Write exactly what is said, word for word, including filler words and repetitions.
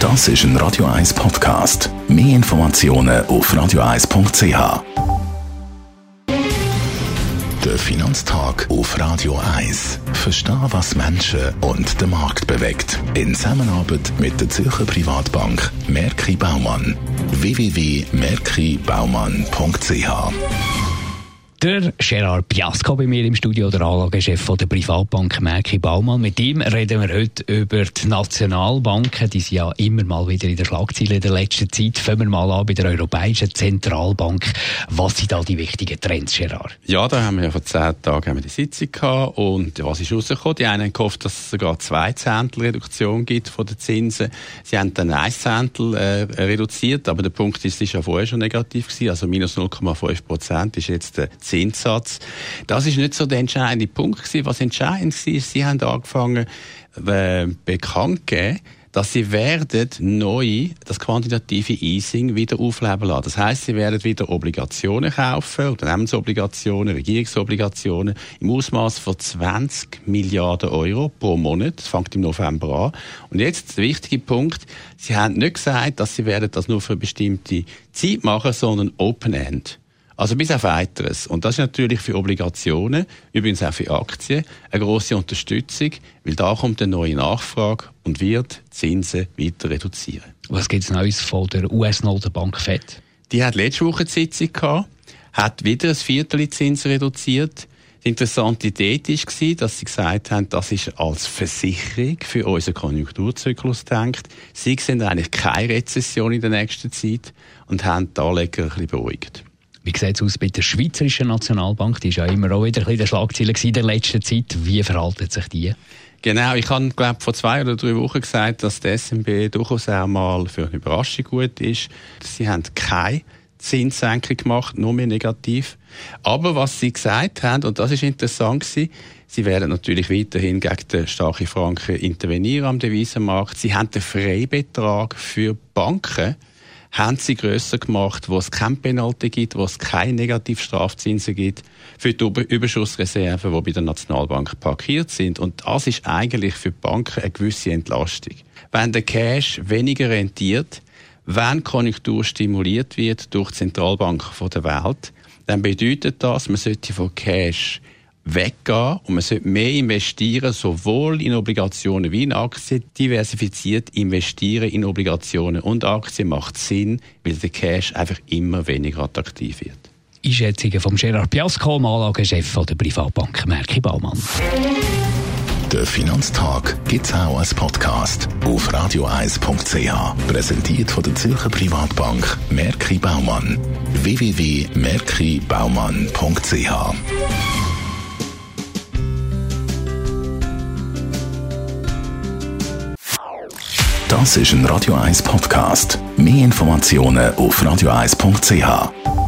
Das ist ein Radio eins Podcast. Mehr Informationen auf radio eins punkt c h. Der Finanztag auf Radio eins. Verstehen, was Menschen und den Markt bewegt. In Zusammenarbeit mit der Zürcher Privatbank Merki Baumann. w w w punkt merki baumann punkt c h. Der Gerard Biasco bei mir im Studio, der Anlagechef von der Privatbank Merki Baumann. Mit ihm reden wir heute über die Nationalbanken. Die sind ja immer mal wieder in der Schlagzeile in der letzten Zeit. Fangen wir mal an bei der Europäischen Zentralbank. Was sind da die wichtigen Trends, Gerard? Ja, da haben wir ja vor zehn Tagen haben wir die Sitzung gehabt. Und was ist rausgekommen? Die einen haben gehofft, dass es sogar zwei Zehntel Reduktion gibt von den Zinsen. Sie haben dann ein Zehntel äh, reduziert. Aber der Punkt ist, es ist ja vorher schon negativ gewesen. Also minus null Komma fünf Prozent ist jetzt der Zinssatz. Das ist nicht so der entscheidende Punkt gewesen. Was entscheidend war, sie haben angefangen, äh, bekannt zu geben, dass sie werden neu das quantitative Easing wieder aufleben lassen. Das heisst, sie werden wieder Obligationen kaufen, Unternehmensobligationen, Regierungsobligationen im Ausmaß von zwanzig Milliarden Euro pro Monat. Das fängt im November an. Und jetzt der wichtige Punkt, sie haben nicht gesagt, dass sie werden das nur für eine bestimmte Zeit machen, sondern Open-End. Also bis auf Weiteres. Und das ist natürlich für Obligationen, übrigens auch für Aktien, eine grosse Unterstützung, weil da kommt eine neue Nachfrage und wird Zinsen weiter reduzieren. Was gibt es Neues von der U S-Notenbank Fed? Die hat letzte Woche die Sitzung gehabt, hat wieder ein Viertel Zinsen reduziert. Die interessante Idee war, dass sie gesagt haben, das ist als Versicherung für unseren Konjunkturzyklus gedacht. Sie sehen eigentlich keine Rezession in der nächsten Zeit und haben die Anleger ein bisschen beruhigt. Wie sieht es aus bei der Schweizerischen Nationalbank? Die war ja immer auch wieder ein bisschen der Schlagzeile in der letzten Zeit. Wie verhalten sich die? Genau, ich habe, glaube vor zwei oder drei Wochen gesagt, dass die S N B durchaus auch mal für eine Überraschung gut ist. Sie haben keine Zinssenkung gemacht, nur mehr negativ. Aber was sie gesagt haben, und das ist interessant gewesen, sie werden natürlich weiterhin gegen den starken Franken intervenieren am Devisenmarkt. Sie haben den Freibetrag für Banken haben sie grösser gemacht, wo es keine Penalty gibt, wo es keine Negativstrafzinsen gibt, für die Überschussreserven, die bei der Nationalbank parkiert sind. Und das ist eigentlich für die Banken eine gewisse Entlastung. Wenn der Cash weniger rentiert, wenn die Konjunktur stimuliert wird durch die Zentralbanken der Welt, dann bedeutet das, man sollte von Cash weggehen und man sollte mehr investieren, sowohl in Obligationen wie in Aktien. Diversifiziert investieren in Obligationen und Aktien macht Sinn, weil der Cash einfach immer weniger attraktiv wird. Einschätzungen von Gerard Biasco, Anlagechef der Privatbank Merki Baumann. Der Finanztag gibt es auch als Podcast auf radio eins punkt c h. Präsentiert von der Zürcher Privatbank Merki Baumann. w w w punkt merki baumann punkt c h. Das ist ein Radio eins Podcast. Mehr Informationen auf radio eins punkt c h.